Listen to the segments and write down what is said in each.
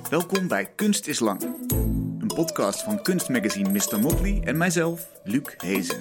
Welkom bij Kunst is Lang. Een podcast van kunstmagazine Mr. Motley en mijzelf, Luc Hezen.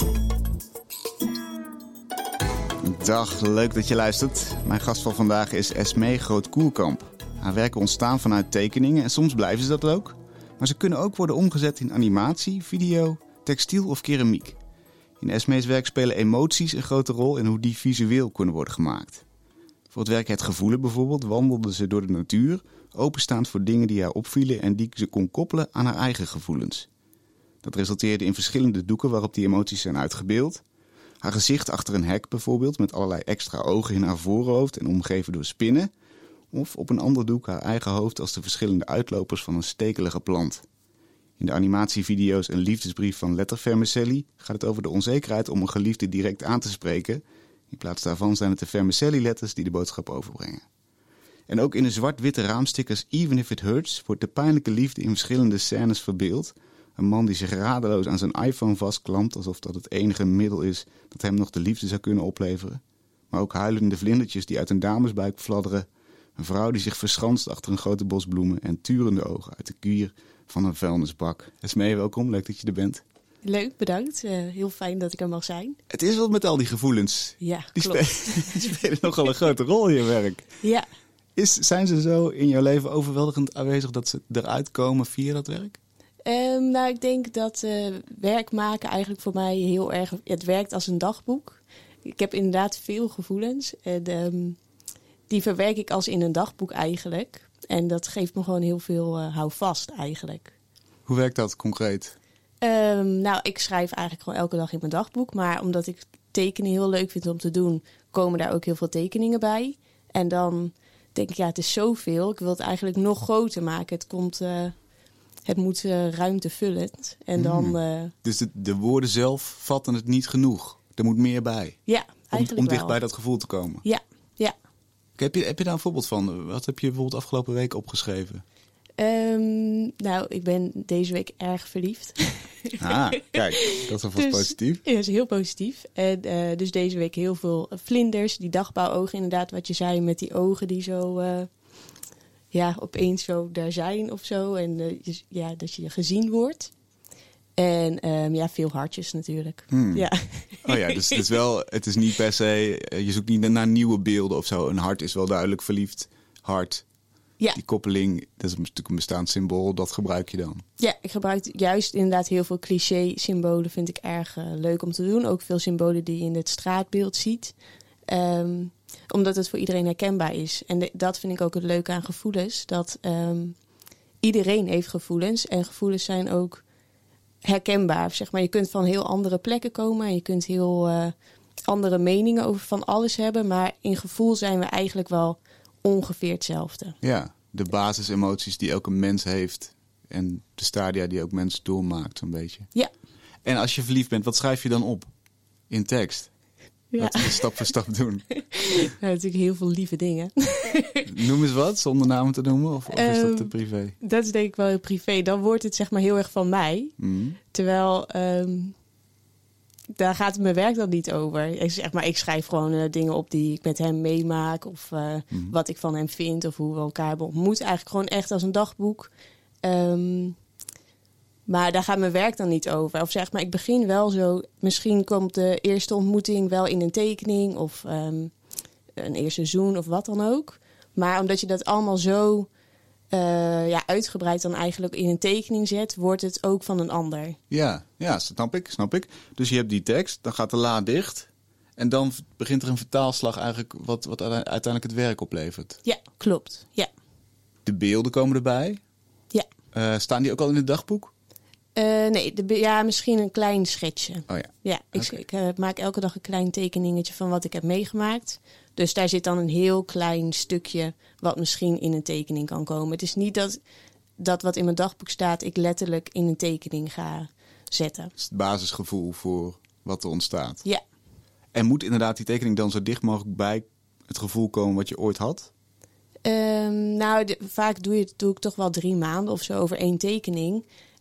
Dag, leuk dat je luistert. Mijn gast van vandaag is Esmee Groot-Koerkamp. Haar werken ontstaan vanuit tekeningen en soms blijven ze dat ook. Maar ze kunnen ook worden omgezet in animatie, video, textiel of keramiek. In Esmee's werk spelen emoties een grote rol in hoe die visueel kunnen worden gemaakt. Voor het werk Het Gevoelen bijvoorbeeld wandelde ze door de natuur, openstaand voor dingen die haar opvielen en die ze kon koppelen aan haar eigen gevoelens. Dat resulteerde in verschillende doeken waarop die emoties zijn uitgebeeld. Haar gezicht achter een hek bijvoorbeeld, met allerlei extra ogen in haar voorhoofd en omgeven door spinnen. Of op een ander doek haar eigen hoofd als de verschillende uitlopers van een stekelige plant. In de animatievideo's Een liefdesbrief van Lettervermicelli gaat het over de onzekerheid om een geliefde direct aan te spreken. In plaats daarvan zijn het de Vermicelli-letters die de boodschap overbrengen. En ook in de zwart-witte raamstickers Even If It Hurts wordt de pijnlijke liefde in verschillende scènes verbeeld. Een man die zich radeloos aan zijn iPhone vastklampt, alsof dat het enige middel is dat hem nog de liefde zou kunnen opleveren. Maar ook huilende vlindertjes die uit een damesbuik fladderen. Een vrouw die zich verschanst achter een grote bos bloemen en turende ogen uit de kier van een vuilnisbak. Esmee, welkom. Leuk dat je er bent. Leuk, bedankt. Heel fijn dat ik er mag zijn. Het is wat met al die gevoelens. Ja, die klopt. Die spelen nogal een grote rol in je werk. Ja. Zijn ze zo in jouw leven overweldigend aanwezig dat ze eruit komen via dat werk? Nou, ik denk dat werk maken eigenlijk voor mij heel erg... Het werkt als een dagboek. Ik heb inderdaad veel gevoelens. En die verwerk ik als in een dagboek eigenlijk. En dat geeft me gewoon heel veel houvast eigenlijk. Hoe werkt dat concreet? Nou, ik schrijf eigenlijk gewoon elke dag in mijn dagboek. Maar omdat ik tekenen heel leuk vind om te doen, komen daar ook heel veel tekeningen bij. En dan denk ik, ja, het is zoveel. Ik wil het eigenlijk nog groter maken. Het moet ruimtevullend. En dan... Dus de woorden zelf vatten het niet genoeg? Er moet meer bij? Ja, eigenlijk om dicht wel. bij dat gevoel te komen? Ja. Heb je daar een voorbeeld van? Wat heb je bijvoorbeeld afgelopen week opgeschreven? Nou, ik ben deze week erg verliefd. Ah, kijk, dat is alvast positief. Ja, dat is heel positief. En dus deze week heel veel vlinders, die dagbouwogen inderdaad, wat je zei, met die ogen die zo opeens zo daar zijn of zo. En dat je gezien wordt. En veel hartjes natuurlijk. Ja. Oh ja, dus het is niet per se, je zoekt niet naar nieuwe beelden of zo. Een hart is wel duidelijk verliefd, hart. Ja. Die koppeling, dat is natuurlijk een bestaand symbool, dat gebruik je dan? Ja, ik gebruik juist inderdaad heel veel cliché-symbolen, vind ik erg leuk om te doen. Ook veel symbolen die je in het straatbeeld ziet. Omdat het voor iedereen herkenbaar is. En dat vind ik ook het leuke aan gevoelens. Dat iedereen heeft gevoelens. En gevoelens zijn ook herkenbaar. Zeg maar, je kunt van heel andere plekken komen. En je kunt heel andere meningen over van alles hebben. Maar in gevoel zijn we eigenlijk wel ongeveer hetzelfde. Ja, de basisemoties die elke mens heeft. En de stadia die ook mens doormaakt, zo'n beetje. Ja. En als je verliefd bent, wat schrijf je dan op? In tekst? Ja. Laten we stap voor stap doen. Nou, natuurlijk heel veel lieve dingen. Noem eens wat, zonder namen te noemen? Of is dat te privé? Dat is denk ik wel heel privé. Dan wordt het zeg maar heel erg van mij. Terwijl daar gaat mijn werk dan niet over. Ik schrijf gewoon dingen op die ik met hem meemaak. Of wat ik van hem vind. Of hoe we elkaar hebben ontmoet. Eigenlijk gewoon echt als een dagboek. Maar daar gaat mijn werk dan niet over. Of zeg maar, ik begin wel zo. Misschien komt de eerste ontmoeting wel in een tekening. Of een eerste zoen of wat dan ook. Maar omdat je dat allemaal zo uitgebreid dan eigenlijk in een tekening zet, wordt het ook van een ander. Ja, snap ik. Dus je hebt die tekst, dan gaat de la dicht. En dan begint er een vertaalslag eigenlijk wat uiteindelijk het werk oplevert. Ja, klopt. Ja. De beelden komen erbij. Ja. Staan die ook al in het dagboek? Nee, misschien een klein schetsje. Oh ja. Ik maak elke dag een klein tekeningetje van wat ik heb meegemaakt. Dus daar zit dan een heel klein stukje wat misschien in een tekening kan komen. Het is niet dat wat in mijn dagboek staat, ik letterlijk in een tekening ga zetten. Dat is het basisgevoel voor wat er ontstaat. Ja. En moet inderdaad die tekening dan zo dicht mogelijk bij het gevoel komen wat je ooit had? Vaak doe ik toch wel 3 maanden of zo over 1 tekening.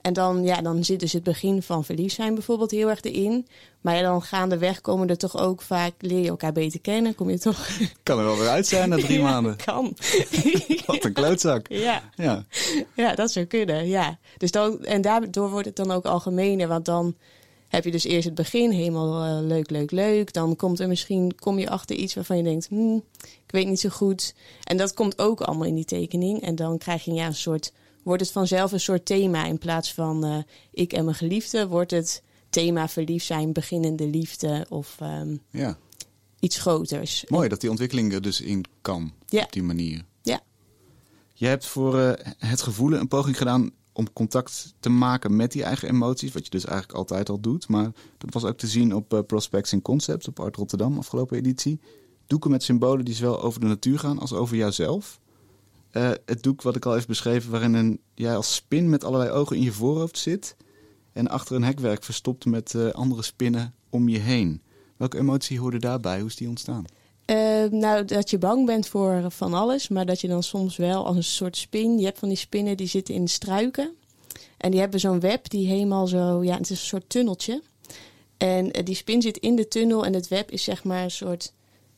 En dan zit dus het begin van verliefd zijn bijvoorbeeld heel erg erin. Maar dan gaandeweg komen er toch ook vaak... leer je elkaar beter kennen, kom je toch... Kan er wel weer uit zijn na 3 maanden. Kan. Wat een klootzak. Ja, dat zou kunnen, ja. Dus en daardoor wordt het dan ook algemener. Want dan heb je dus eerst het begin helemaal leuk. Dan kom je achter iets waarvan je denkt... ik weet niet zo goed. En dat komt ook allemaal in die tekening. En dan krijg je wordt het vanzelf een soort thema. In plaats van ik en mijn geliefde... wordt het thema verliefd zijn, beginnende liefde of iets groters. Mooi dat die ontwikkeling er dus in kan op die manier. Ja. Je hebt voor het gevoelen een poging gedaan om contact te maken met die eigen emoties. Wat je dus eigenlijk altijd al doet. Maar dat was ook te zien op Prospects in Concept op Art Rotterdam, afgelopen editie. Doeken met symbolen die zowel over de natuur gaan als over jouzelf. Het doek wat ik al even beschreven, waarin jij als spin met allerlei ogen in je voorhoofd zit. En achter een hekwerk verstopt met andere spinnen om je heen. Welke emotie hoorde daarbij? Hoe is die ontstaan? Dat je bang bent voor van alles. Maar dat je dan soms wel als een soort spin... Je hebt van die spinnen die zitten in de struiken. En die hebben zo'n web die helemaal zo... Ja, het is een soort tunneltje. En die spin zit in de tunnel. En het web is zeg maar een soort...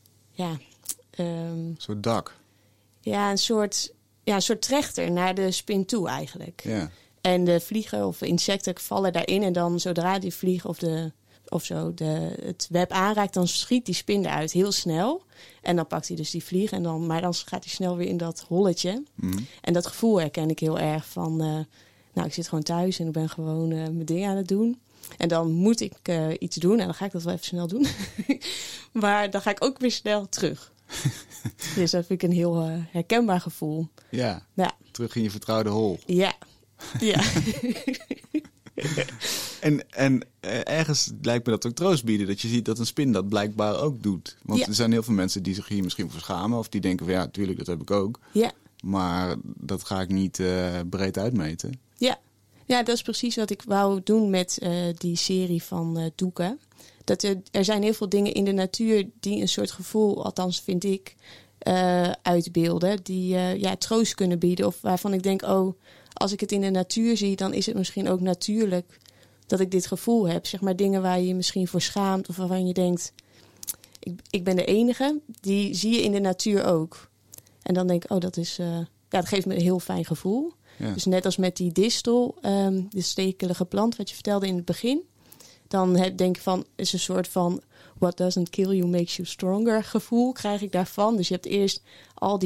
een soort dak. Ja, een soort trechter naar de spin toe eigenlijk. Ja. En de vliegen of insecten vallen daarin. En dan zodra die vlieg het web aanraakt, dan schiet die spin eruit heel snel. En dan pakt hij dus die vlieg. Maar dan gaat hij snel weer in dat holletje. Mm. En dat gevoel herken ik heel erg van... ik zit gewoon thuis en ik ben gewoon mijn dingen aan het doen. En dan moet ik iets doen. En dan ga ik dat wel even snel doen. Maar dan ga ik ook weer snel terug. Dus dat vind ik een heel herkenbaar gevoel. Ja, terug in je vertrouwde hol. Ja. En ergens lijkt me dat ook troost bieden. Dat je ziet dat een spin dat blijkbaar ook doet. Want er zijn heel veel mensen die zich hier misschien voor schamen. Of die denken van ja, tuurlijk, dat heb ik ook. Ja. Maar dat ga ik niet breed uitmeten. Ja, dat is precies wat ik wou doen met die serie van doeken. Dat er zijn heel veel dingen in de natuur die een soort gevoel, althans vind ik, uitbeelden. Die troost kunnen bieden. Of waarvan ik denk, als ik het in de natuur zie, dan is het misschien ook natuurlijk dat ik dit gevoel heb. Zeg maar dingen waar je je misschien voor schaamt of waarvan je denkt, ik ben de enige. Die zie je in de natuur ook. En dan denk ik, dat geeft me een heel fijn gevoel. Ja. Dus net als met die distel, de stekelige plant wat je vertelde in het begin. Dan denk ik van, is een soort van what doesn't kill you makes you stronger gevoel krijg ik daarvan. Dus je hebt eerst al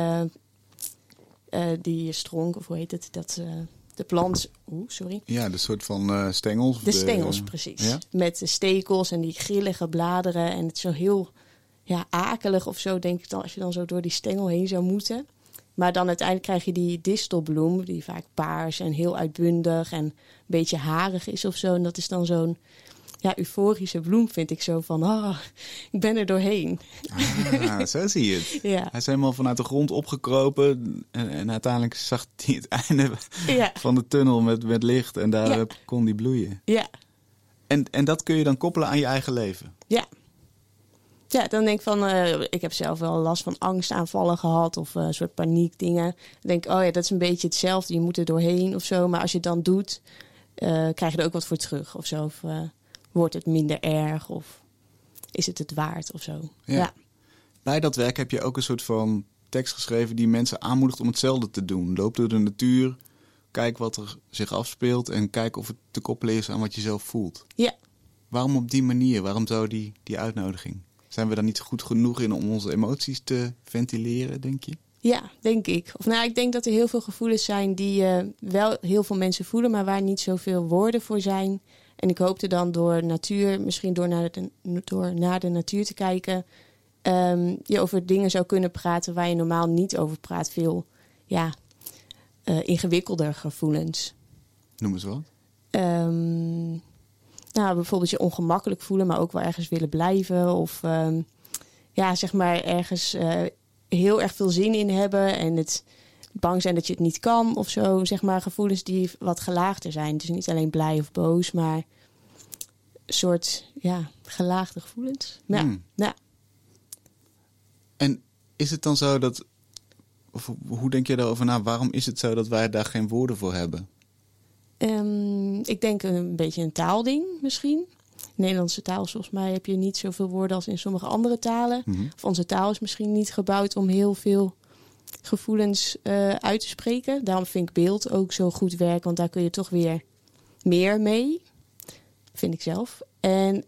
die stronk, of hoe heet het, de plant. Sorry. Ja, de soort van stengels. De stengels, precies. Ja? Met de stekels en die grillige bladeren. En het is zo heel akelig of zo, denk ik dan, als je dan zo door die stengel heen zou moeten. Maar dan uiteindelijk krijg je die distelbloem, die vaak paars en heel uitbundig en een beetje harig is of zo. En dat is dan zo'n euforische bloem, vind ik zo van, ik ben er doorheen. Zo zie je het. Ja. Hij is helemaal vanuit de grond opgekropen en uiteindelijk zag hij het einde van de tunnel met licht en daar kon die bloeien. Ja. En dat kun je dan koppelen aan je eigen leven? Ja. Ja, dan denk ik van, ik heb zelf wel last van angstaanvallen gehad of een soort paniekdingen. Dan denk ik, dat is een beetje hetzelfde, je moet er doorheen of zo. Maar als je het dan doet, krijg je er ook wat voor terug of zo. Of wordt het minder erg of is het waard of zo. Ja. Bij dat werk heb je ook een soort van tekst geschreven die mensen aanmoedigt om hetzelfde te doen. Loop door de natuur, kijk wat er zich afspeelt en kijk of het te koppelen is aan wat je zelf voelt. Ja. Waarom op die manier? Waarom zo die uitnodiging? Zijn we dan niet goed genoeg in om onze emoties te ventileren, denk je? Ja, denk ik. Of ik denk dat er heel veel gevoelens zijn die wel heel veel mensen voelen, maar waar niet zoveel woorden voor zijn. En ik hoopte dan door naar de natuur te kijken, je over dingen zou kunnen praten waar je normaal niet over praat. Veel ingewikkelder gevoelens. Noem eens wat. Bijvoorbeeld je ongemakkelijk voelen, maar ook wel ergens willen blijven. Of ergens heel erg veel zin in hebben en het bang zijn dat je het niet kan of zo. Zeg maar gevoelens die wat gelaagder zijn. Dus niet alleen blij of boos, maar een soort gelaagde gevoelens. Ja. En is het dan zo dat, of hoe denk je daarover na? Waarom is het zo dat wij daar geen woorden voor hebben? Ik denk een beetje een taalding misschien. Nederlandse taal, volgens mij heb je niet zoveel woorden als in sommige andere talen. Mhm. Of onze taal is misschien niet gebouwd om heel veel gevoelens uit te spreken. Daarom vind ik beeld ook zo goed werken, want daar kun je toch weer meer mee. Vind ik zelf. En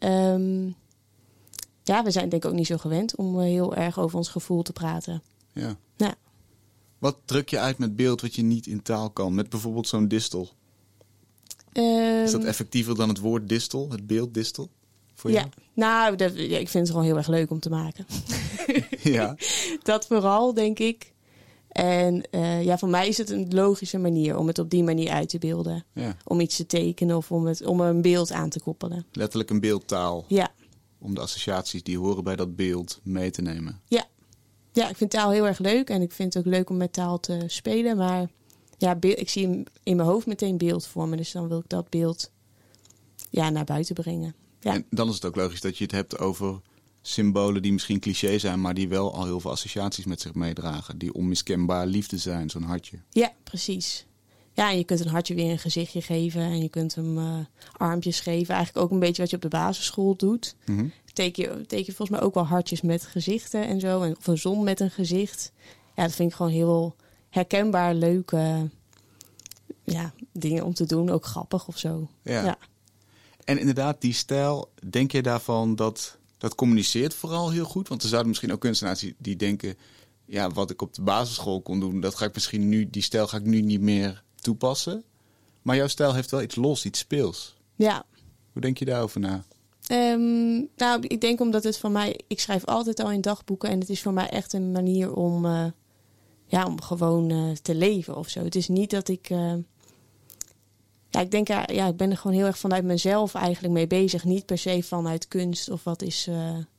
we zijn denk ik ook niet zo gewend om heel erg over ons gevoel te praten. Ja. Ja. Wat druk je uit met beeld wat je niet in taal kan? Met bijvoorbeeld zo'n distel. Is dat effectiever dan het woord distel? Het beeld distel? Voor jou? Ik vind het gewoon heel erg leuk om te maken. Ja. Dat vooral, denk ik. En voor mij is het een logische manier om het op die manier uit te beelden. Ja. Om iets te tekenen of om er een beeld aan te koppelen. Letterlijk een beeldtaal. Ja. Om de associaties die horen bij dat beeld mee te nemen. Ja, ik vind taal heel erg leuk. En ik vind het ook leuk om met taal te spelen. Maar ik zie in mijn hoofd meteen beeld voor me. Dus dan wil ik dat beeld naar buiten brengen. Ja. En dan is het ook logisch dat je het hebt over symbolen die misschien cliché zijn, maar die wel al heel veel associaties met zich meedragen. Die onmiskenbaar liefde zijn, zo'n hartje. Ja, precies. Ja, en je kunt een hartje weer een gezichtje geven. En je kunt hem armpjes geven. Eigenlijk ook een beetje wat je op de basisschool doet. Mhm. Teken je volgens mij ook wel hartjes met gezichten en zo. Of een zon met een gezicht. Ja, dat vind ik gewoon heel herkenbaar leuke dingen om te doen. Ook grappig of zo. Ja. En inderdaad, die stijl, denk je daarvan dat communiceert vooral heel goed? Want er zouden misschien ook kunstenaars die denken, ja, wat ik op de basisschool kon doen, dat ga ik misschien nu, die stijl ga ik nu niet meer toepassen. Maar jouw stijl heeft wel iets los, iets speels. Ja. Hoe denk je daarover na? Ik denk omdat het van mij, ik schrijf altijd al in dagboeken en het is voor mij echt een manier om gewoon te leven of zo. Het is niet dat ik ik denk, ik ben er gewoon heel erg vanuit mezelf eigenlijk mee bezig. Niet per se vanuit kunst of wat is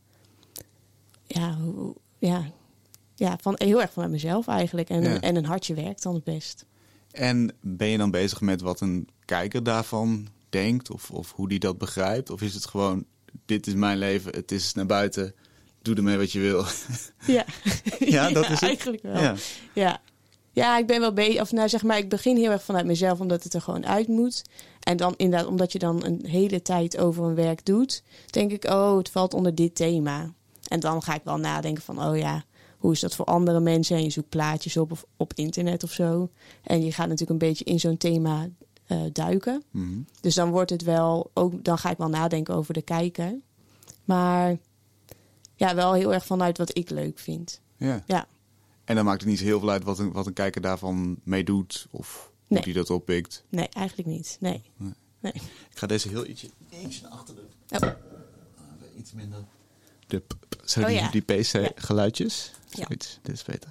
heel erg vanuit mezelf eigenlijk. En een hartje werkt dan het best. En ben je dan bezig met wat een kijker daarvan denkt? Of hoe die dat begrijpt? Of is het gewoon, dit is mijn leven, het is naar buiten, doe ermee wat je wil? Ja, ja, dat is het? Eigenlijk wel. Ja, ik ben wel bezig. Ik begin heel erg vanuit mezelf, omdat het er gewoon uit moet. En dan inderdaad, omdat je dan een hele tijd over een werk doet, denk ik, het valt onder dit thema. En dan ga ik wel nadenken van, hoe is dat voor andere mensen? En je zoekt plaatjes op internet of zo. En je gaat natuurlijk een beetje in zo'n thema duiken. Mm-hmm. Dus dan wordt het wel, ook dan ga ik wel nadenken over de kijker. Maar wel heel erg vanuit wat ik leuk vind. Ja. En dan maakt het niet zo heel veel uit wat een kijker daarvan mee doet of hoe die dat oppikt? Nee, eigenlijk niet. Nee. Ik ga deze heel ietsje naar achteren. Oh. Iets minder. Die PC-geluidjes. Ja. Dit is beter.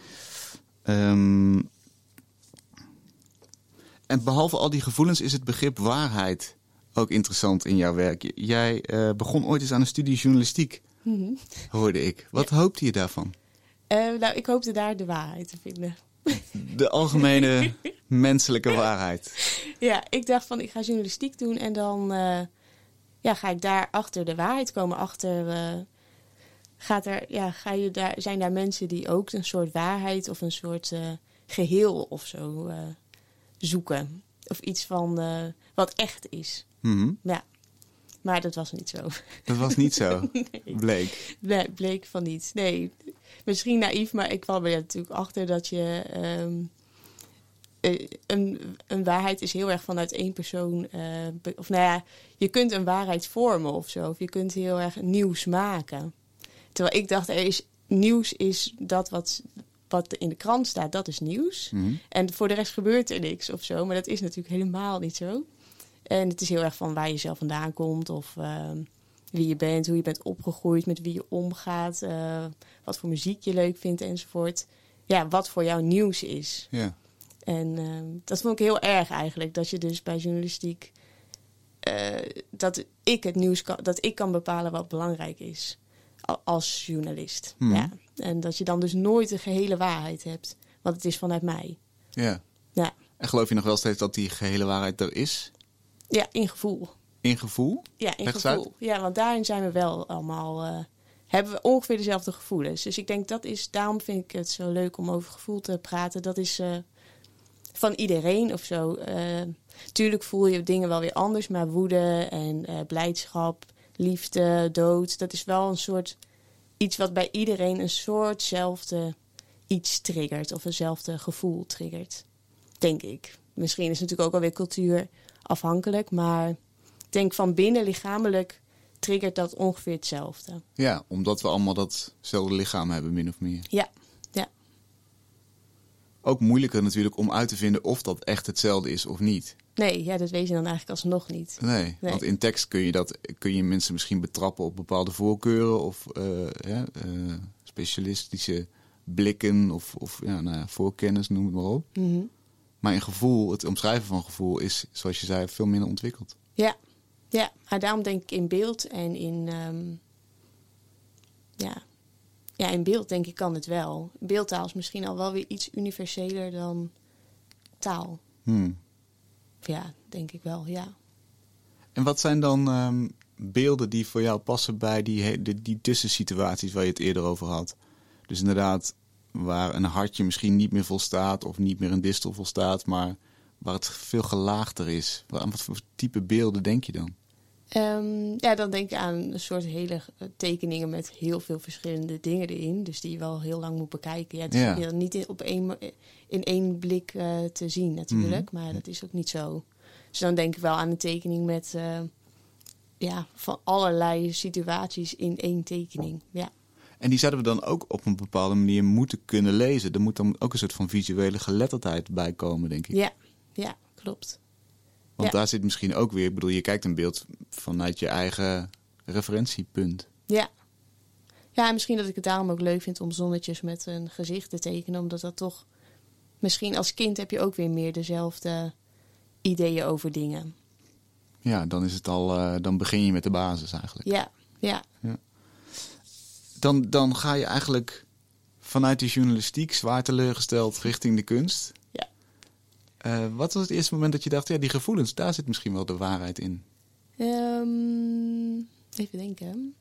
En behalve al die gevoelens is het begrip waarheid ook interessant in jouw werk. Jij begon ooit eens aan een studie journalistiek, hoorde ik. Wat hoopte je daarvan? Ik hoopte daar de waarheid te vinden. De algemene menselijke waarheid. Ja, ik dacht van, ik ga journalistiek doen en dan ga ik daar achter de waarheid komen. Zijn daar mensen die ook een soort waarheid of een soort geheel of zo zoeken. Of iets van wat echt is. Mm-hmm. Ja. Maar dat was niet zo. Dat was niet zo? Nee. Bleek van niet. Nee, misschien naïef, maar ik kwam er natuurlijk achter dat je een waarheid is heel erg vanuit één persoon. Je kunt een waarheid vormen of zo. Of je kunt heel erg nieuws maken. Terwijl ik dacht, nieuws is dat wat in de krant staat, dat is nieuws. Mm-hmm. En voor de rest gebeurt er niks of zo. Maar dat is natuurlijk helemaal niet zo. En het is heel erg van waar je zelf vandaan komt of wie je bent, hoe je bent opgegroeid, met wie je omgaat, wat voor muziek je leuk vindt enzovoort. Ja, wat voor jou nieuws is. Ja. En dat vond ik heel erg eigenlijk, dat je dus bij journalistiek, dat ik kan bepalen wat belangrijk is als journalist. Mm. Ja. En dat je dan dus nooit de gehele waarheid hebt, want het is vanuit mij. Ja. En geloof je nog wel steeds dat die gehele waarheid er is? Ja, in gevoel. In gevoel? Ja, in gevoel. Ja, want daarin zijn we wel allemaal, hebben we ongeveer dezelfde gevoelens. Dus ik denk daarom vind ik het zo leuk om over gevoel te praten. Dat is van iedereen of zo. Tuurlijk voel je dingen wel weer anders, maar woede en blijdschap, liefde, dood, dat is wel een soort iets wat bij iedereen een soortzelfde iets triggert of eenzelfde gevoel triggert, denk ik. Misschien is het natuurlijk ook alweer cultuurafhankelijk, maar ik denk van binnen lichamelijk triggert dat ongeveer hetzelfde. Ja, omdat we allemaal datzelfde lichaam hebben, min of meer. Ja. Ook moeilijker natuurlijk om uit te vinden of dat echt hetzelfde is of niet. Nee, dat weet je dan eigenlijk alsnog niet. Nee, want in tekst kun je mensen misschien betrappen op bepaalde voorkeuren of specialistische blikken of voorkennis, noem het maar op. Mm-hmm. Maar in gevoel, het omschrijven van gevoel is, zoals je zei, veel minder ontwikkeld. Ja, maar daarom denk ik in beeld en in... in beeld denk ik kan het wel. Beeldtaal is misschien al wel weer iets universeler dan taal. Ja, denk ik wel, ja. En wat zijn dan beelden die voor jou passen bij die tussensituaties waar je het eerder over had? Dus inderdaad, waar een hartje misschien niet meer volstaat of niet meer een distel volstaat, maar waar het veel gelaagder is. Aan wat voor type beelden denk je dan? Dan denk ik aan een soort hele tekeningen met heel veel verschillende dingen erin. Dus die je wel heel lang moet bekijken. Ja, het is niet in één blik te zien natuurlijk. Maar dat is ook niet zo. Dus dan denk ik wel aan een tekening met van allerlei situaties in één tekening. Ja. En die zouden we dan ook op een bepaalde manier moeten kunnen lezen. Er moet dan ook een soort van visuele geletterdheid bij komen, denk ik. Ja, klopt. Want daar zit misschien ook weer... Ik bedoel, je kijkt een beeld vanuit je eigen referentiepunt. Ja, en misschien dat ik het daarom ook leuk vind om zonnetjes met een gezicht te tekenen. Omdat dat toch... Misschien als kind heb je ook weer meer dezelfde ideeën over dingen. Ja, dan is het al... dan begin je met de basis eigenlijk. Ja. Dan ga je eigenlijk vanuit de journalistiek zwaar teleurgesteld richting de kunst. Ja. Wat was het eerste moment dat je dacht, die gevoelens, daar zit misschien wel de waarheid in? Even denken.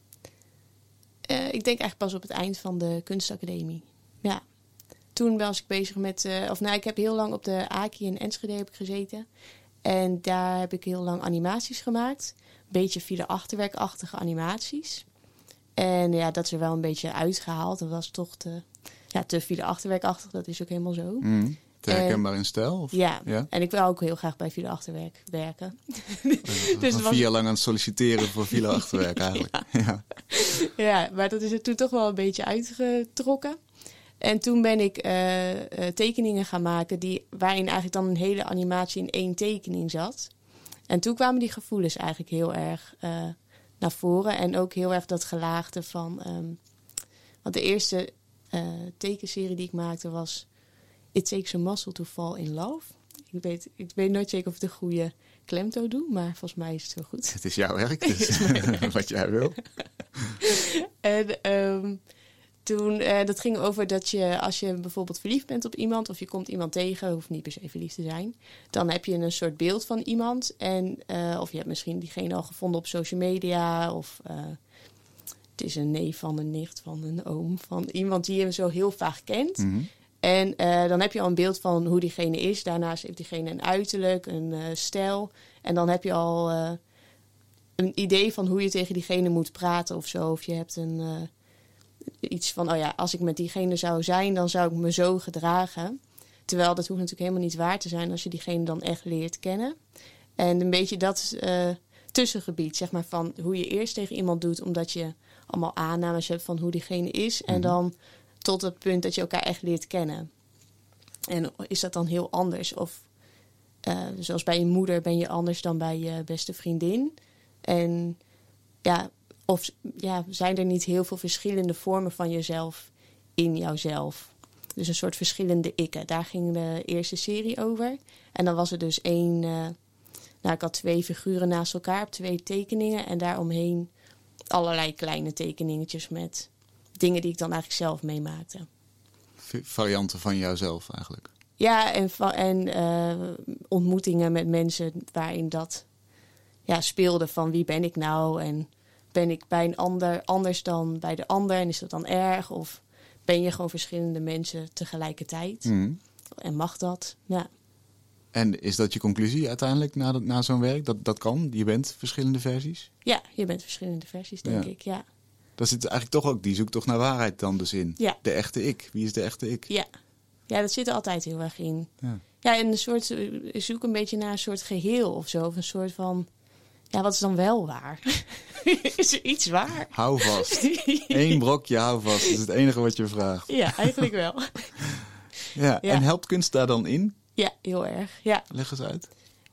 Ik denk eigenlijk pas op het eind van de kunstacademie. Ja. Toen was ik bezig met... ik heb heel lang op de AKI in Enschede heb ik gezeten. En daar heb ik heel lang animaties gemaakt. Een beetje file achterwerkachtige animaties. En ja, dat is er wel een beetje uitgehaald. Dat was toch te file achterwerkachtig. Dat is ook helemaal zo. Te herkenbaar in stijl? Of? Ja, en ik wil ook heel graag bij file achterwerk werken. Dus 4 jaar lang aan het solliciteren voor file achterwerk eigenlijk. Ja, maar dat is er toen toch wel een beetje uitgetrokken. En toen ben ik tekeningen gaan maken waarin eigenlijk dan een hele animatie in 1 tekening zat. En toen kwamen die gevoelens eigenlijk heel erg naar voren. En ook heel erg dat gelaagde van... want de eerste tekenserie die ik maakte was... It Takes a Muscle to Fall in Love. Ik weet nooit zeker of ik de goede klemtoon doe, maar volgens mij is het wel goed. Het is jouw werk, dus wat jij wil. En toen, dat ging over dat je, als je bijvoorbeeld verliefd bent op iemand... of je komt iemand tegen, hoeft niet per se verliefd te zijn... dan heb je een soort beeld van iemand. En, of je hebt misschien diegene al gevonden op social media... of het is een neef van een nicht van een oom... van iemand die je zo heel vaag kent... Mm-hmm. En dan heb je al een beeld van hoe diegene is. Daarnaast heeft diegene een uiterlijk, een stijl. En dan heb je al een idee van hoe je tegen diegene moet praten of zo. Of je hebt iets van, als ik met diegene zou zijn, dan zou ik me zo gedragen. Terwijl dat hoeft natuurlijk helemaal niet waar te zijn als je diegene dan echt leert kennen. En een beetje dat tussengebied, zeg maar, van hoe je eerst tegen iemand doet... omdat je allemaal aannames hebt van hoe diegene is. En dan... tot het punt dat je elkaar echt leert kennen. En is dat dan heel anders? Of zoals bij je moeder ben je anders dan bij je beste vriendin. En zijn er niet heel veel verschillende vormen van jezelf in jouzelf? Dus een soort verschillende ikken. Daar ging de eerste serie over. En dan was er dus ik had 2 figuren naast elkaar op 2 tekeningen. En daaromheen allerlei kleine tekeningetjes met... dingen die ik dan eigenlijk zelf meemaakte. Varianten van jouzelf eigenlijk. Ja, en ontmoetingen met mensen waarin dat speelde van wie ben ik nou? En ben ik bij een ander anders dan bij de ander? En is dat dan erg? Of ben je gewoon verschillende mensen tegelijkertijd? en mag dat. Ja. En is dat je conclusie uiteindelijk na zo'n werk? Dat kan? Je bent verschillende versies? Ja, je bent verschillende versies, denk ik, ja. Daar zit eigenlijk toch ook die zoektocht naar waarheid dan dus in. Ja. De echte ik. Wie is de echte ik? Ja, dat zit er altijd heel erg in. Ja. Ja, en zoek een beetje naar een soort geheel of zo. Of een soort van, ja, wat is dan wel waar? Is er iets waar? Hou vast. Eén brokje hou vast. Dat is het enige wat je vraagt. Ja, eigenlijk wel. Ja, en helpt kunst daar dan in? Ja, heel erg. Ja. Leg eens uit.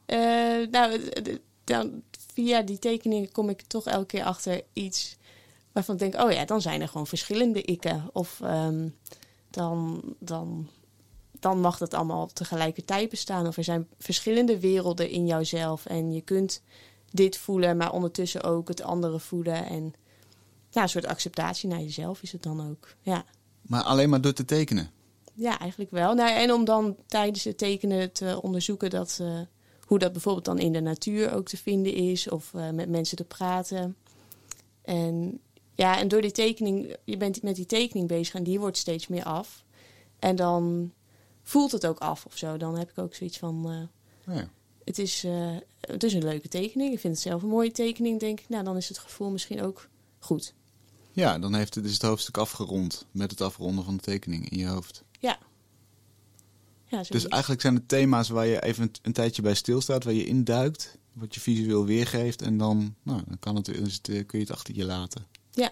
Via die tekeningen kom ik toch elke keer achter iets waarvan ik denk, oh ja, dan zijn er gewoon verschillende ikken. Of dan mag dat allemaal tegelijkertijd bestaan. Of er zijn verschillende werelden in jouzelf. En je kunt dit voelen, maar ondertussen ook het andere voelen. En een soort acceptatie naar jezelf is het dan ook. Ja. Maar alleen maar door te tekenen? Ja, eigenlijk wel. En om dan tijdens het tekenen te onderzoeken hoe dat bijvoorbeeld dan in de natuur ook te vinden is. Of met mensen te praten. En door die tekening, je bent met die tekening bezig en die wordt steeds meer af. En dan voelt het ook af of zo. Dan heb ik ook zoiets van, het is een leuke tekening. Ik vind het zelf een mooie tekening, denk ik. Nou, dan is het gevoel misschien ook goed. Ja, dan is het hoofdstuk afgerond met het afronden van de tekening in je hoofd. Ja. Dus eigenlijk zijn het thema's waar je even een tijdje bij stilstaat, waar je induikt, wat je visueel weergeeft en dan kun je het achter je laten. Ja.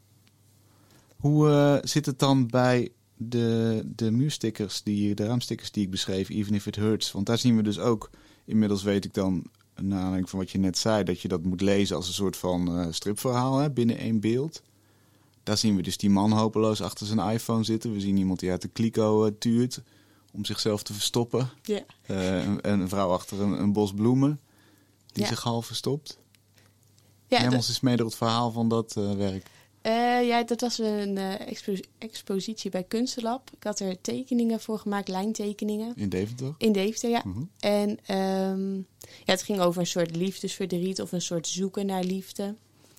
Hoe zit het dan bij de muurstickers, de raamstickers die ik beschreef, Even If It Hurts? Want daar zien we dus ook, inmiddels weet ik dan, naar aanleiding van wat je net zei, dat je dat moet lezen als een soort van stripverhaal binnen één beeld. Daar zien we dus die man hopeloos achter zijn iPhone zitten. We zien iemand die uit de kliko tuurt om zichzelf te verstoppen. Ja. Een vrouw achter een bos bloemen die zich half verstopt. Ja, neem ons eens mee door het verhaal van dat werk. Dat was een expositie bij Kunstenlab. Ik had er tekeningen voor gemaakt, lijntekeningen. In Deventer? In Deventer, ja. Mm-hmm. En het ging over een soort liefdesverdriet of een soort zoeken naar liefde.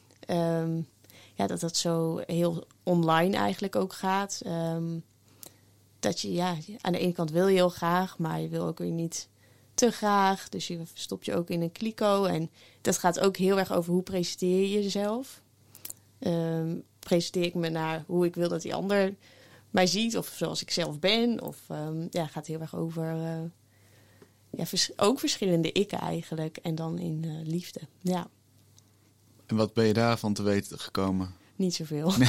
Dat zo heel online eigenlijk ook gaat. Dat je, aan de ene kant wil je heel graag, maar je wil ook weer niet te graag. Dus je verstopt je ook in een kliko. En dat gaat ook heel erg over hoe presenteer je jezelf. Presenteer ik me naar hoe ik wil dat die ander mij ziet. Of zoals ik zelf ben. Of gaat heel erg over ook verschillende ikken eigenlijk. En dan in liefde, ja. En wat ben je daarvan te weten gekomen? Niet zoveel. Nee.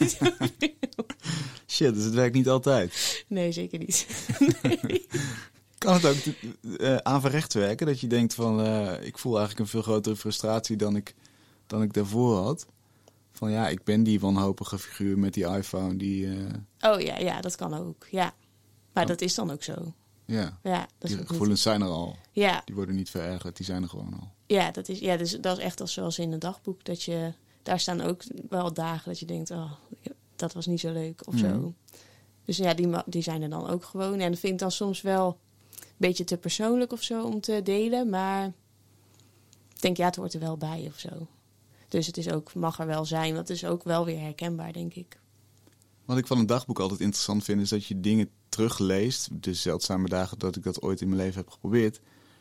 Shit, dus het werkt niet altijd. Nee, zeker niet. Nee. Kan het ook averechts werken? Dat je denkt van, ik voel eigenlijk een veel grotere frustratie dan ik daarvoor had. Van ik ben die wanhopige figuur met die iPhone die... Oh ja, dat kan ook, ja. Maar dat is dan ook zo. Ja, dat die gevoelens zijn er al. Ja. Die worden niet verergerd, die zijn er gewoon al. Ja, dat is echt als zoals in een dagboek. Daar staan ook wel dagen dat je denkt, oh, dat was niet zo leuk of zo. Dus die zijn er dan ook gewoon. En dat vind ik dan soms wel een beetje te persoonlijk of zo om te delen. Maar ik denk, het hoort er wel bij of zo. Dus het is ook, mag er wel zijn. Want het is ook wel weer herkenbaar, denk ik. Wat ik van een dagboek altijd interessant vind, is dat je dingen terugleest. De zeldzame dagen dat ik dat ooit in mijn leven heb geprobeerd.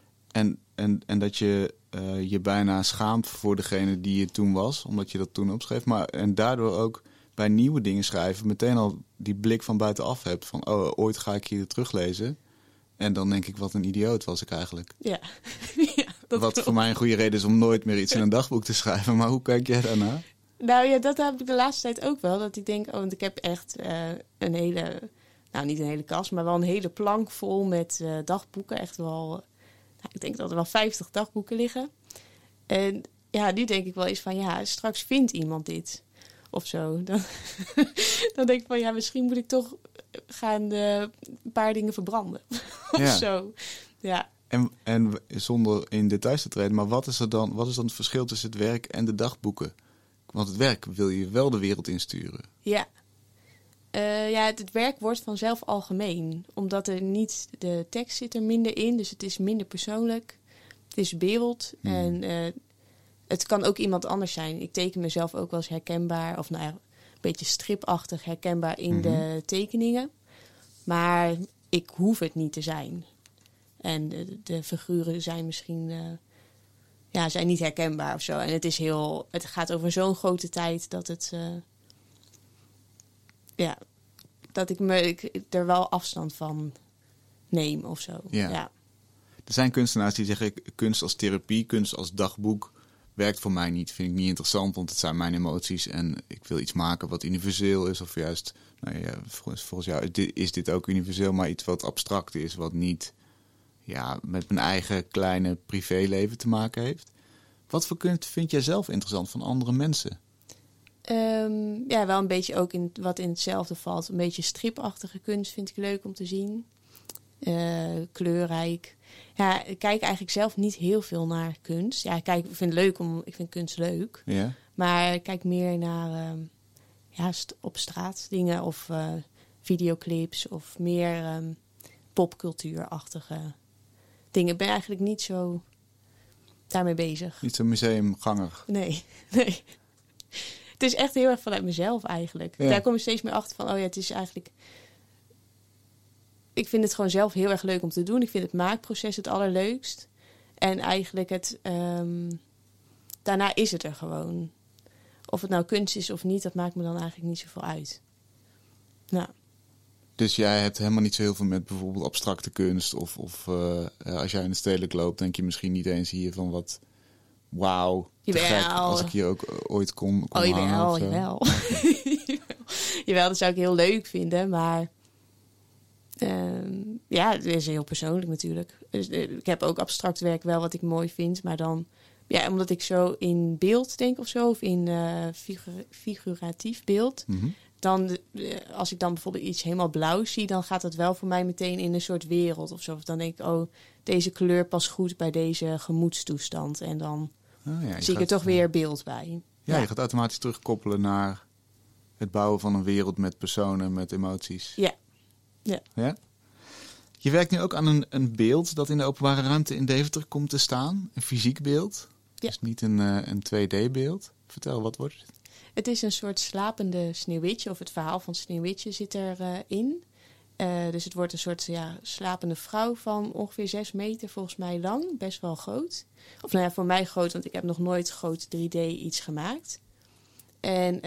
En dat je je bijna schaamt voor degene die je toen was. Omdat je dat toen opschreef. En daardoor ook bij nieuwe dingen schrijven meteen al die blik van buitenaf hebt. Van, ooit ga ik hier teruglezen. En dan denk ik, wat een idioot was ik eigenlijk. Ja. Wat voor mij een goede reden is om nooit meer iets in een dagboek te schrijven. Maar hoe kijk jij daarna? Nou ja, dat heb ik de laatste tijd ook wel. Dat ik denk, want ik heb echt een hele... Nou, niet een hele kast, maar wel een hele plank vol met dagboeken. Echt wel... ik denk dat er wel 50 dagboeken liggen. En nu denk ik wel eens van, straks vindt iemand dit. Of zo. Dan denk ik van, misschien moet ik toch gaan een paar dingen verbranden. Of zo. Ja. En zonder in details te treden, maar wat is dan het verschil tussen het werk en de dagboeken? Want het werk wil je wel de wereld insturen. Ja. Het werk wordt vanzelf algemeen. Omdat de tekst zit er minder in, dus het is minder persoonlijk. Het is beeld en het kan ook iemand anders zijn. Ik teken mezelf ook wel eens herkenbaar, of een beetje stripachtig herkenbaar in de tekeningen. Maar ik hoef het niet te zijn. En de figuren zijn misschien zijn niet herkenbaar of zo. En het gaat over zo'n grote tijd dat het dat ik er wel afstand van neem of zo. Ja. Er zijn kunstenaars die zeggen kunst als therapie, kunst als dagboek werkt voor mij niet. Vind ik niet interessant, want het zijn mijn emoties en ik wil iets maken wat universeel is. Of juist, volgens jou is dit ook universeel, maar iets wat abstract is, wat niet met mijn eigen kleine privéleven te maken heeft. Wat voor kunst vind jij zelf interessant van andere mensen? Wel een beetje ook wat in hetzelfde valt. Een beetje stripachtige kunst vind ik leuk om te zien. Kleurrijk. Ja, ik kijk eigenlijk zelf niet heel veel naar kunst. Ja, ik vind kunst leuk. Ja. Maar ik kijk meer naar op straat dingen of videoclips of meer popcultuurachtige dingen. Ik ben eigenlijk niet zo daarmee bezig. Niet zo museumganger? Nee. Het is echt heel erg vanuit mezelf eigenlijk. Ja. Daar kom ik steeds meer achter van, het is eigenlijk... Ik vind het gewoon zelf heel erg leuk om te doen. Ik vind het maakproces het allerleukst. En eigenlijk daarna is het er gewoon. Of het nou kunst is of niet, dat maakt me dan eigenlijk niet zoveel uit. Nou. Dus jij hebt helemaal niet zo heel veel met bijvoorbeeld abstracte kunst? Of als jij in de stedelijk loopt, denk je misschien niet eens hier van wat... Wauw, te gek, als ik hier ook ooit kon hangen of zo. Jawel. Jawel, dat zou ik heel leuk vinden, maar... het is heel persoonlijk natuurlijk. Dus, ik heb ook abstract werk wel wat ik mooi vind, maar dan... Ja, omdat ik zo in beeld denk of zo, of in figuratief beeld... Mm-hmm. Dan, als ik dan bijvoorbeeld iets helemaal blauw zie... dan gaat dat wel voor mij meteen in een soort wereld of zo. Of dan denk ik, deze kleur past goed bij deze gemoedstoestand. En dan zie ik er toch weer beeld bij. Ja, je gaat automatisch terugkoppelen naar het bouwen van een wereld met personen, met emoties. Ja. Ja? Je werkt nu ook aan een beeld dat in de openbare ruimte in Deventer komt te staan. Een fysiek beeld. Ja. Dus niet een 2D-beeld. Vertel, wat wordt het? Het is een soort slapende Sneeuwwitje, of het verhaal van Sneeuwwitje zit erin. Dus het wordt een soort slapende vrouw van ongeveer 6 meter volgens mij lang. Best wel groot. Of voor mij groot, want ik heb nog nooit groot 3D iets gemaakt. En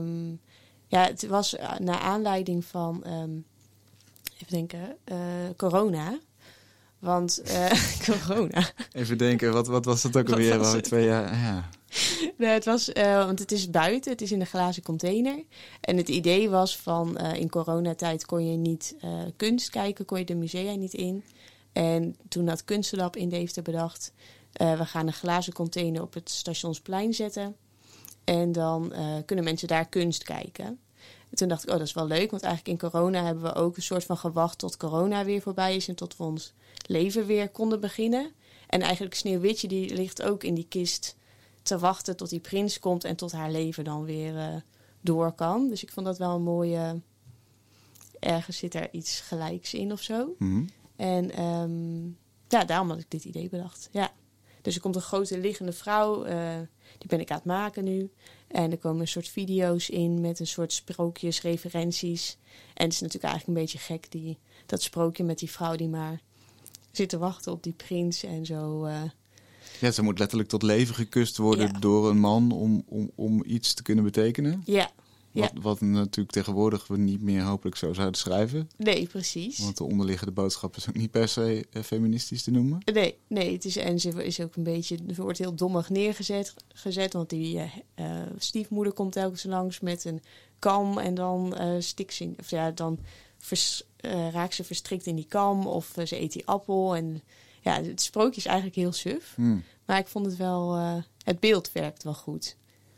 het was naar aanleiding van, even denken, corona. Want corona. Even denken, wat was dat ook alweer? 2 jaar, ja. Nee, het was, want het is buiten, het is in een glazen container. En het idee was van, in coronatijd kon je niet kunst kijken, kon je de musea niet in. En toen had Kunstenlab in Deventer bedacht, we gaan een glazen container op het Stationsplein zetten. En dan kunnen mensen daar kunst kijken. En toen dacht ik, dat is wel leuk, want eigenlijk in corona hebben we ook een soort van gewacht tot corona weer voorbij is en tot we ons leven weer konden beginnen. En eigenlijk Sneeuwwitje, die ligt ook in die kist te wachten tot die prins komt en tot haar leven dan weer door kan. Dus ik vond dat wel een mooie... Ergens zit er iets gelijks in of zo. Mm-hmm. En daarom had ik dit idee bedacht. Ja. Dus er komt een grote liggende vrouw. Die ben ik aan het maken nu. En er komen een soort video's in met een soort sprookjes, referenties. En het is natuurlijk eigenlijk een beetje gek, dat sprookje met die vrouw die maar zit te wachten op die prins en zo... Ja, ze moet letterlijk tot leven gekust worden door een man om iets te kunnen betekenen. Ja. Wat natuurlijk tegenwoordig we niet meer hopelijk zo zouden schrijven. Nee, precies. Want de onderliggende boodschap is ook niet per se feministisch te noemen. Nee, het is, en ze is ook een beetje, ze wordt heel dommig neergezet, want die stiefmoeder komt telkens langs met een kam en dan stikt ze, dan raakt ze verstrikt in die kam of ze eet die appel en het sprookje is eigenlijk heel suf. Maar ik vond het wel... het beeld werkt wel goed.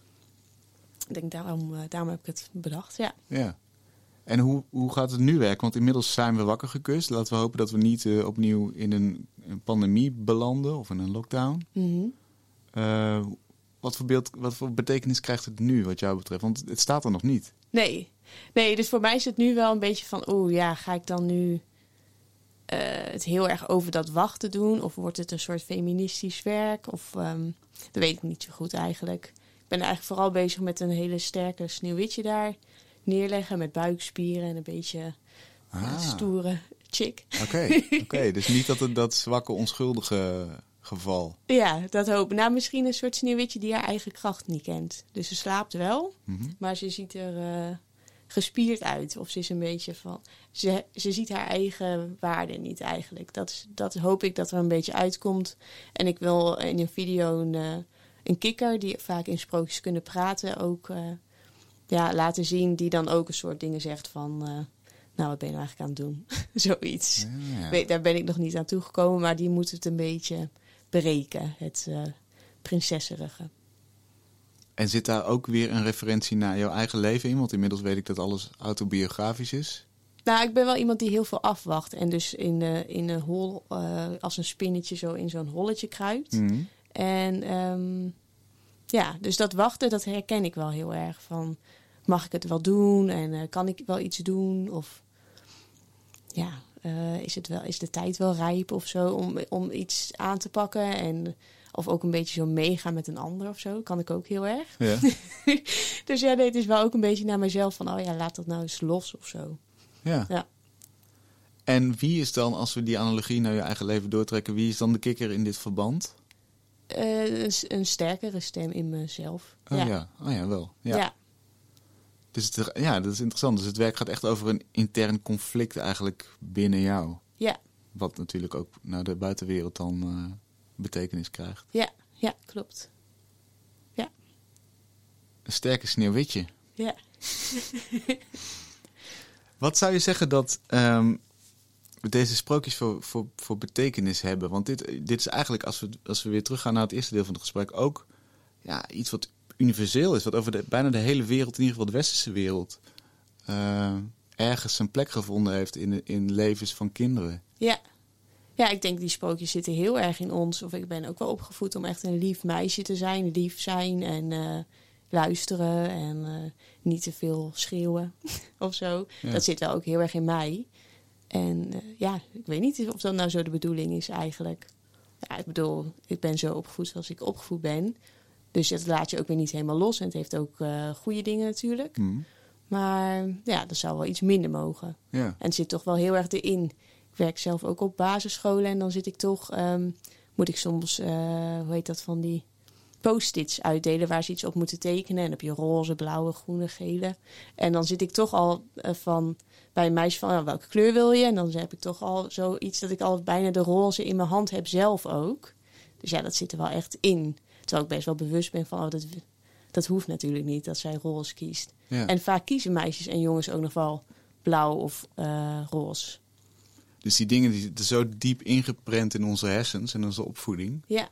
Ik denk, daarom heb ik het bedacht, Ja. En hoe gaat het nu werken? Want inmiddels zijn we wakker gekust. Laten we hopen dat we niet opnieuw in een pandemie belanden of in een lockdown. Mm-hmm. Wat voor betekenis krijgt het nu wat jou betreft? Want het staat er nog niet. Nee, dus voor mij is het nu wel een beetje van... ga ik dan nu... het heel erg over dat wachten doen? Of wordt het een soort feministisch werk? Of dat weet ik niet zo goed eigenlijk. Ik ben eigenlijk vooral bezig met een hele sterke Sneeuwwitje daar neerleggen. Met buikspieren en een beetje stoere chick. Oké. Dus niet dat zwakke, onschuldige geval. Ja, dat hoop ik. Nou, misschien een soort Sneeuwwitje die haar eigen kracht niet kent. Dus ze slaapt wel, maar ze ziet er gespierd uit. Of ze is een beetje van... Ze ziet haar eigen waarde niet eigenlijk. Dat hoop ik dat er een beetje uitkomt. En ik wil in een video een kikker, die vaak in sprookjes kunnen praten, ook laten zien. Die dan ook een soort dingen zegt van... nou, wat ben je nou eigenlijk aan het doen? Zoiets. Ja. Daar ben ik nog niet aan toegekomen, maar die moet het een beetje breken. Het prinsesserige. En zit daar ook weer een referentie naar jouw eigen leven in? Want inmiddels weet ik dat alles autobiografisch is. Nou, ik ben wel iemand die heel veel afwacht. En dus in een hol, als een spinnetje zo in zo'n holletje kruipt. Mm. En dus dat wachten, dat herken ik wel heel erg. Van, mag ik het wel doen? En kan ik wel iets doen? Of is de tijd wel rijp of zo om iets aan te pakken? En... Of ook een beetje zo meegaan met een ander of zo. Kan ik ook heel erg. Ja. Dus het is wel ook een beetje naar mezelf van... laat dat nou eens los of zo. Ja. En wie is dan, als we die analogie naar je eigen leven doortrekken... wie is dan de kikker in dit verband? Een sterkere stem in mezelf. Ja, wel. Ja. Dus dat is interessant. Dus het werk gaat echt over een intern conflict eigenlijk binnen jou. Ja. Wat natuurlijk ook naar de buitenwereld dan... betekenis krijgt. Ja, klopt. Ja. Een sterke Sneeuwwitje. Ja. Wat zou je zeggen dat deze sprookjes voor betekenis hebben? Want dit is eigenlijk, als we weer teruggaan naar het eerste deel van het gesprek, ook iets wat universeel is. Wat over bijna de hele wereld, in ieder geval de westerse wereld, ergens zijn plek gevonden heeft in levens van kinderen. Ja, ik denk die sprookjes zitten heel erg in ons. Of ik ben ook wel opgevoed om echt een lief meisje te zijn. Lief zijn en luisteren en niet te veel schreeuwen of zo. Ja. Dat zit wel ook heel erg in mij. En ik weet niet of dat nou zo de bedoeling is eigenlijk. Ja, ik bedoel, ik ben zo opgevoed zoals ik opgevoed ben. Dus dat laat je ook weer niet helemaal los. En het heeft ook goede dingen natuurlijk. Mm. Maar dat zou wel iets minder mogen. Ja. En het zit toch wel heel erg erin. Ik werk zelf ook op basisscholen en dan zit ik toch... moet ik soms, van die post-its uitdelen... waar ze iets op moeten tekenen. En dan heb je roze, blauwe, groene, gele. En dan zit ik toch al bij een meisje van... welke kleur wil je? En dan heb ik toch al zoiets dat ik al bijna de roze in mijn hand heb zelf ook. Dus dat zit er wel echt in. Terwijl ik best wel bewust ben van... dat hoeft natuurlijk niet, dat zij roze kiest. Ja. En vaak kiezen meisjes en jongens ook nog wel blauw of roze. Dus die dingen die zitten zo diep ingeprent in onze hersens en onze opvoeding. Ja.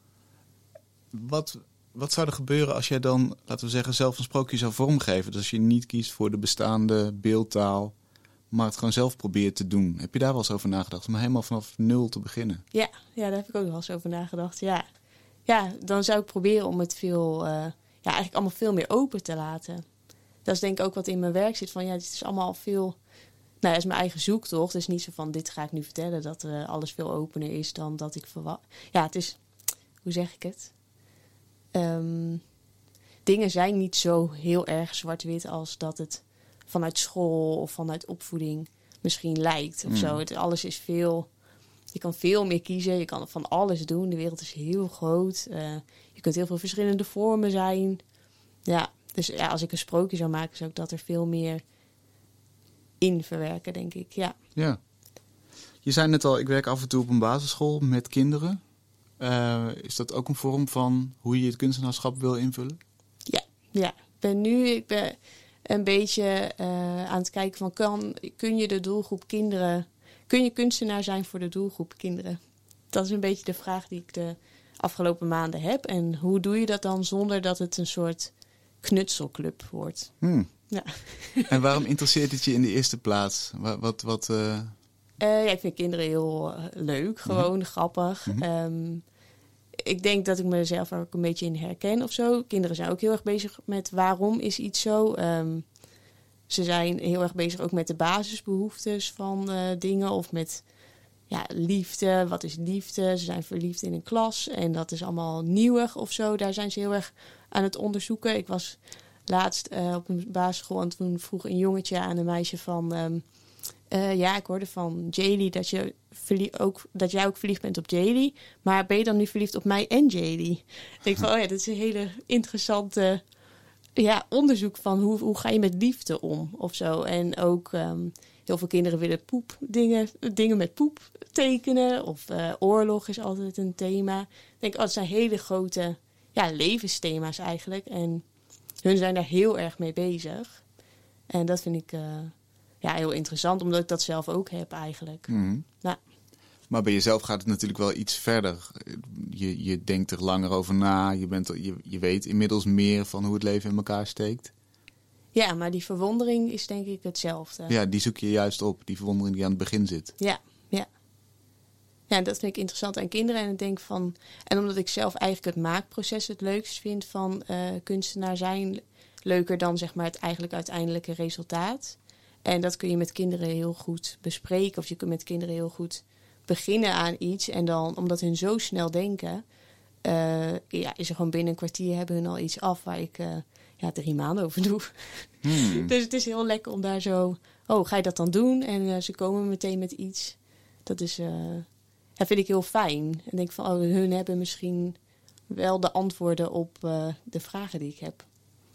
Wat zou er gebeuren als jij dan, laten we zeggen, zelf een sprookje zou vormgeven? Dus als je niet kiest voor de bestaande beeldtaal, maar het gewoon zelf probeert te doen. Heb je daar wel eens over nagedacht? Om helemaal vanaf nul te beginnen. Ja, daar heb ik ook wel eens over nagedacht. Ja, dan zou ik proberen om het eigenlijk allemaal veel meer open te laten. Dat is denk ik ook wat in mijn werk zit. Van het is allemaal veel... Nou, dat is mijn eigen zoektocht. Het is niet zo van, dit ga ik nu vertellen, dat alles veel opener is dan dat ik verwacht. Ja, het is, hoe zeg ik het? Dingen zijn niet zo heel erg zwart-wit als dat het vanuit school of vanuit opvoeding misschien lijkt. Of zo. Alles is veel... Je kan veel meer kiezen, je kan van alles doen. De wereld is heel groot. Je kunt heel veel verschillende vormen zijn. Ja, dus als ik een sprookje zou maken, zou ik dat er veel meer... in verwerken, denk ik, ja. Je zei net al, ik werk af en toe op een basisschool met kinderen. Is dat ook een vorm van hoe je het kunstenaarschap wil invullen? Ja. Ik ben een beetje aan het kijken van... kun je de doelgroep kinderen... Kun je kunstenaar zijn voor de doelgroep kinderen? Dat is een beetje de vraag die ik de afgelopen maanden heb. En hoe doe je dat dan zonder dat het een soort knutselclub wordt? Ja. En waarom interesseert het je in de eerste plaats? Ik vind kinderen heel leuk, gewoon grappig. Mm-hmm. Ik denk dat ik mezelf er ook een beetje in herken of zo. Kinderen zijn ook heel erg bezig met waarom is iets zo. Ze zijn heel erg bezig ook met de basisbehoeftes van dingen. Of met liefde. Wat is liefde? Ze zijn verliefd in een klas. En dat is allemaal nieuwig of zo. Daar zijn ze heel erg aan het onderzoeken. Ik was laatst op een basisschool en toen vroeg een jongetje aan een meisje van... Ik hoorde van Jaylee dat jij ook verliefd bent op Jaylee. Maar ben je dan nu verliefd op mij en Jaylee? Ik denk van, dat is een hele interessante onderzoek van hoe ga je met liefde om of zo. En ook heel veel kinderen willen dingen met poep tekenen. Of oorlog is altijd een thema. Ik denk, dat zijn hele grote levensthema's eigenlijk. En hun zijn daar heel erg mee bezig. En dat vind ik heel interessant, omdat ik dat zelf ook heb eigenlijk. Mm-hmm. Ja. Maar bij jezelf gaat het natuurlijk wel iets verder. Je denkt er langer over na. Je weet inmiddels meer van hoe het leven in elkaar steekt. Ja, maar die verwondering is denk ik hetzelfde. Ja, die zoek je juist op. Die verwondering die aan het begin zit. Ja. Ja, dat vind ik interessant aan kinderen. En ik denk van, en omdat ik zelf eigenlijk het maakproces het leukst vind van kunstenaar zijn, leuker dan zeg maar het eigenlijk uiteindelijke resultaat. En dat kun je met kinderen heel goed bespreken. Of je kunt met kinderen heel goed beginnen aan iets. En dan, omdat hun zo snel denken, is er gewoon binnen een kwartier hebben hun al iets af waar ik 3 maanden over doe. Dus het is heel lekker om daar zo, ga je dat dan doen? En ze komen meteen met iets. Dat is, vind ik heel fijn. En denk van, hun hebben misschien wel de antwoorden op de vragen die ik heb.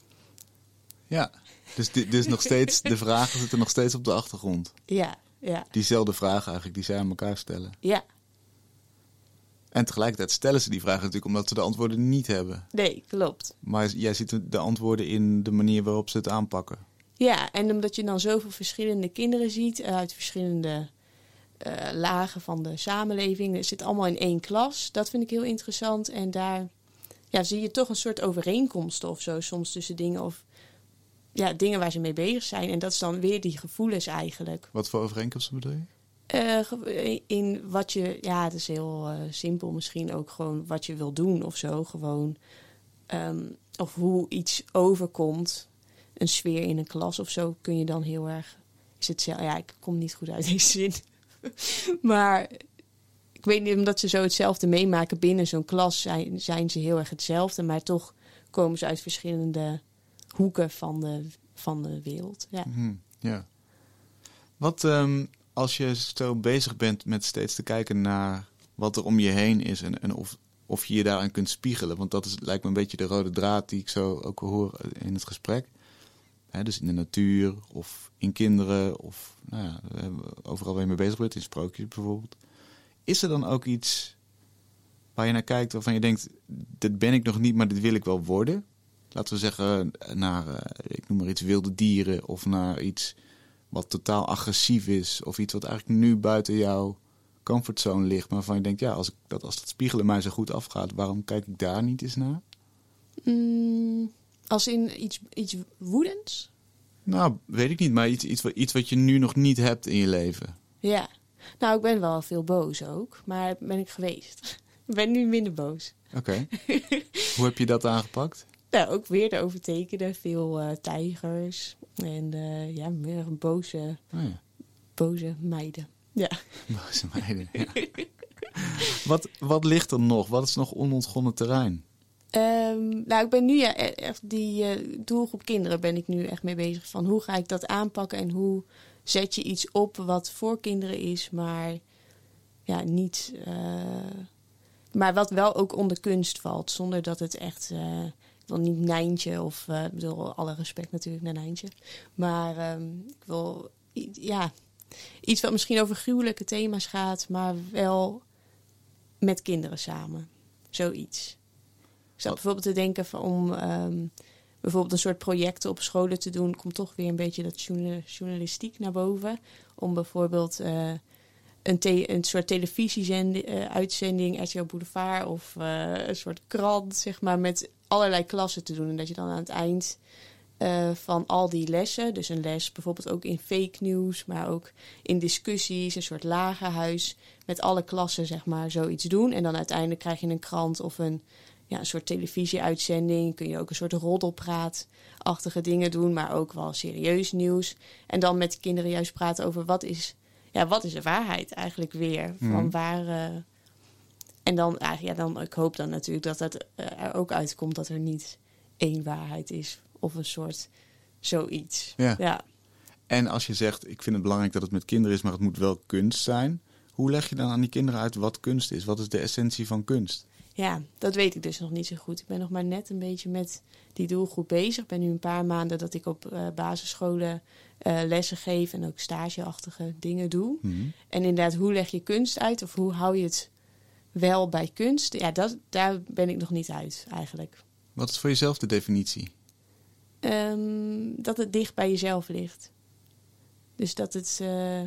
Ja, dus nog steeds, de vragen zitten nog steeds op de achtergrond. Ja. Diezelfde vragen eigenlijk die zij aan elkaar stellen. Ja. En tegelijkertijd stellen ze die vragen natuurlijk omdat ze de antwoorden niet hebben. Nee, klopt. Maar jij ziet de antwoorden in de manier waarop ze het aanpakken. Ja, en omdat je dan zoveel verschillende kinderen ziet uit verschillende lagen van de samenleving. Het zit allemaal in 1 klas. Dat vind ik heel interessant. En daar zie je toch een soort overeenkomsten of zo soms tussen dingen of dingen waar ze mee bezig zijn. En dat is dan weer die gevoelens eigenlijk. Wat voor overeenkomsten bedoel je? In wat je, het is heel simpel misschien ook gewoon wat je wil doen of zo. Gewoon, of hoe iets overkomt. Een sfeer in een klas of zo kun je dan heel erg. Ik kom niet goed uit deze zin. Maar ik weet niet, omdat ze zo hetzelfde meemaken binnen zo'n klas zijn ze heel erg hetzelfde. Maar toch komen ze uit verschillende hoeken van de wereld. Ja. Ja. Wat als je zo bezig bent met steeds te kijken naar wat er om je heen is en of je je daaraan kunt spiegelen. Want dat lijkt me een beetje de rode draad die ik zo ook hoor in het gesprek. Dus in de natuur of in kinderen of overal waar je mee bezig bent, in sprookjes bijvoorbeeld. Is er dan ook iets waar je naar kijkt waarvan je denkt, dit ben ik nog niet, maar dit wil ik wel worden? Laten we zeggen naar, ik noem maar iets, wilde dieren of naar iets wat totaal agressief is of iets wat eigenlijk nu buiten jouw comfortzone ligt, maar waarvan je denkt, als dat spiegelen mij zo goed afgaat, waarom kijk ik daar niet eens naar? Als in iets woedends? Nou, weet ik niet, maar iets wat je nu nog niet hebt in je leven. Ja, nou ik ben wel veel boos ook, maar ben ik geweest. Ik ben nu minder boos. Oké. Hoe heb je dat aangepakt? Nou, ook weer de overtekenen, veel tijgers en meer boze meiden. Ja. Boze meiden, ja. Wat ligt er nog? Wat is nog onontgonnen terrein? Ik ben nu echt die doelgroep kinderen ben ik nu echt mee bezig. Van hoe ga ik dat aanpakken en hoe zet je iets op wat voor kinderen is, maar niet. Maar wat wel ook onder kunst valt, zonder dat het echt. Ik wil niet Nijntje of ik bedoel alle respect natuurlijk naar Nijntje, maar ik wil iets wat misschien over gruwelijke thema's gaat, maar wel met kinderen samen, zoiets. Ik zat bijvoorbeeld te denken om bijvoorbeeld een soort projecten op scholen te doen. Komt toch weer een beetje dat journalistiek naar boven. Om bijvoorbeeld een soort televisieuitzending, RTL Boulevard of een soort krant, zeg maar, met allerlei klassen te doen. En dat je dan aan het eind van al die lessen, dus een les bijvoorbeeld ook in fake news, maar ook in discussies, een soort lagerhuis, met alle klassen, zeg maar, zoiets doen. En dan uiteindelijk krijg je een krant of een soort televisieuitzending. Kun je ook een soort roddelpraatachtige dingen doen, maar ook wel serieus nieuws. En dan met kinderen juist praten over wat is de waarheid eigenlijk weer? Van waar. En dan eigenlijk, ik hoop dan natuurlijk dat het er ook uitkomt dat er niet één waarheid is of een soort zoiets. Ja. En als je zegt, ik vind het belangrijk dat het met kinderen is, maar het moet wel kunst zijn. Hoe leg je dan aan die kinderen uit wat kunst is? Wat is de essentie van kunst? Ja, dat weet ik dus nog niet zo goed. Ik ben nog maar net een beetje met die doelgroep bezig. Ik ben nu een paar maanden dat ik op basisscholen lessen geef en ook stageachtige dingen doe. Mm-hmm. En inderdaad, hoe leg je kunst uit of hoe hou je het wel bij kunst? Ja, daar ben ik nog niet uit eigenlijk. Wat is voor jezelf de definitie? Dat het dicht bij jezelf ligt. Dus dat het...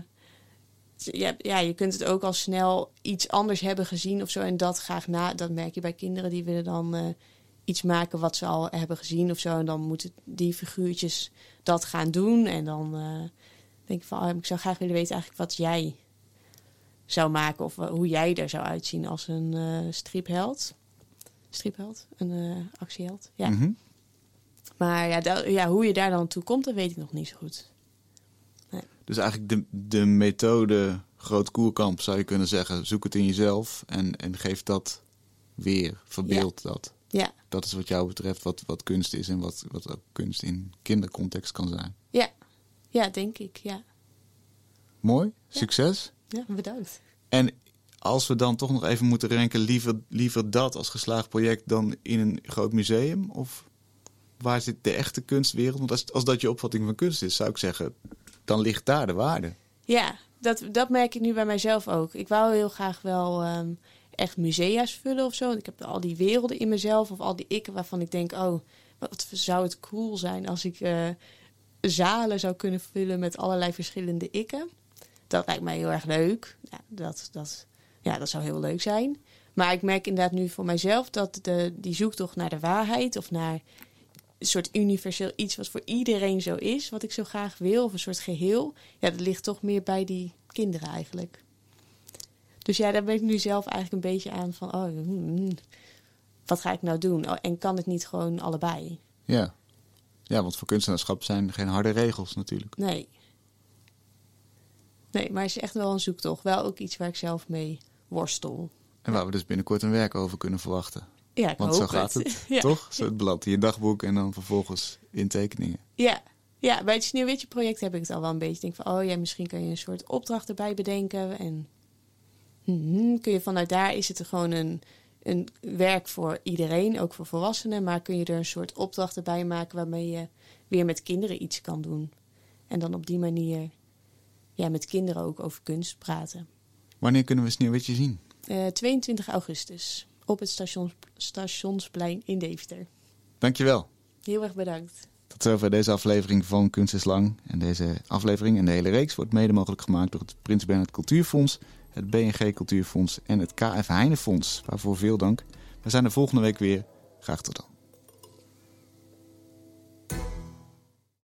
je kunt het ook al snel iets anders hebben gezien of zo. En dat graag dat merk je bij kinderen. Die willen dan iets maken wat ze al hebben gezien of zo. En dan moeten die figuurtjes dat gaan doen. En dan denk ik van, ik zou graag willen weten eigenlijk wat jij zou maken. Of hoe jij er zou uitzien als een stripheld. Stripheld? Een actieheld. Ja. Mm-hmm. Maar hoe je daar dan toe komt, dat weet ik nog niet zo goed. Nee. Dus eigenlijk de methode Groot Koerkamp zou je kunnen zeggen. Zoek het in jezelf en geef dat weer. Verbeeld dat. Ja. Dat is wat jou betreft wat kunst is en wat ook kunst in kindercontext kan zijn. Ja, denk ik, ja. Mooi, succes. Ja, bedankt. En als we dan toch nog even moeten ranken, liever dat als geslaagd project dan in een groot museum? Of waar zit de echte kunstwereld? Want als dat je opvatting van kunst is, zou ik zeggen, dan ligt daar de waarde. Ja, dat merk ik nu bij mijzelf ook. Ik wou heel graag wel echt musea's vullen of zo. Ik heb al die werelden in mezelf of al die ikken waarvan ik denk, wat zou het cool zijn als ik zalen zou kunnen vullen met allerlei verschillende ikken. Dat lijkt mij heel erg leuk. Ja, dat zou heel leuk zijn. Maar ik merk inderdaad nu voor mijzelf dat die zoektocht naar de waarheid of naar een soort universeel iets wat voor iedereen zo is, wat ik zo graag wil, of een soort geheel, ja, dat ligt toch meer bij die kinderen eigenlijk. Dus ja, daar ben ik nu zelf eigenlijk een beetje aan van, wat ga ik nou doen? En kan het niet gewoon allebei? Ja, want voor kunstenaarschap zijn geen harde regels natuurlijk. Nee, maar het is echt wel een zoektocht. Wel ook iets waar ik zelf mee worstel. En waar we dus binnenkort een werk over kunnen verwachten. Ja, ik Want hoop zo gaat het, ja. toch? Zo het belandt in je dagboek en dan vervolgens in tekeningen. Ja, bij het Sneeuwwitje-project heb ik het al wel een beetje. Ik denk van, misschien kun je een soort opdracht erbij bedenken. En kun je vanuit daar, is het er gewoon een werk voor iedereen, ook voor volwassenen. Maar kun je er een soort opdracht erbij maken waarmee je weer met kinderen iets kan doen. En dan op die manier met kinderen ook over kunst praten. Wanneer kunnen we Sneeuwwitje zien? 22 augustus op het Stationsplein in Deventer. Dankjewel. Heel erg bedankt. Tot zover deze aflevering van Kunst is Lang. En deze aflevering en de hele reeks wordt mede mogelijk gemaakt door het Prins Bernhard Cultuurfonds, het BNG Cultuurfonds en het KF Heine Fonds. Waarvoor veel dank. We zijn er volgende week weer. Graag tot dan.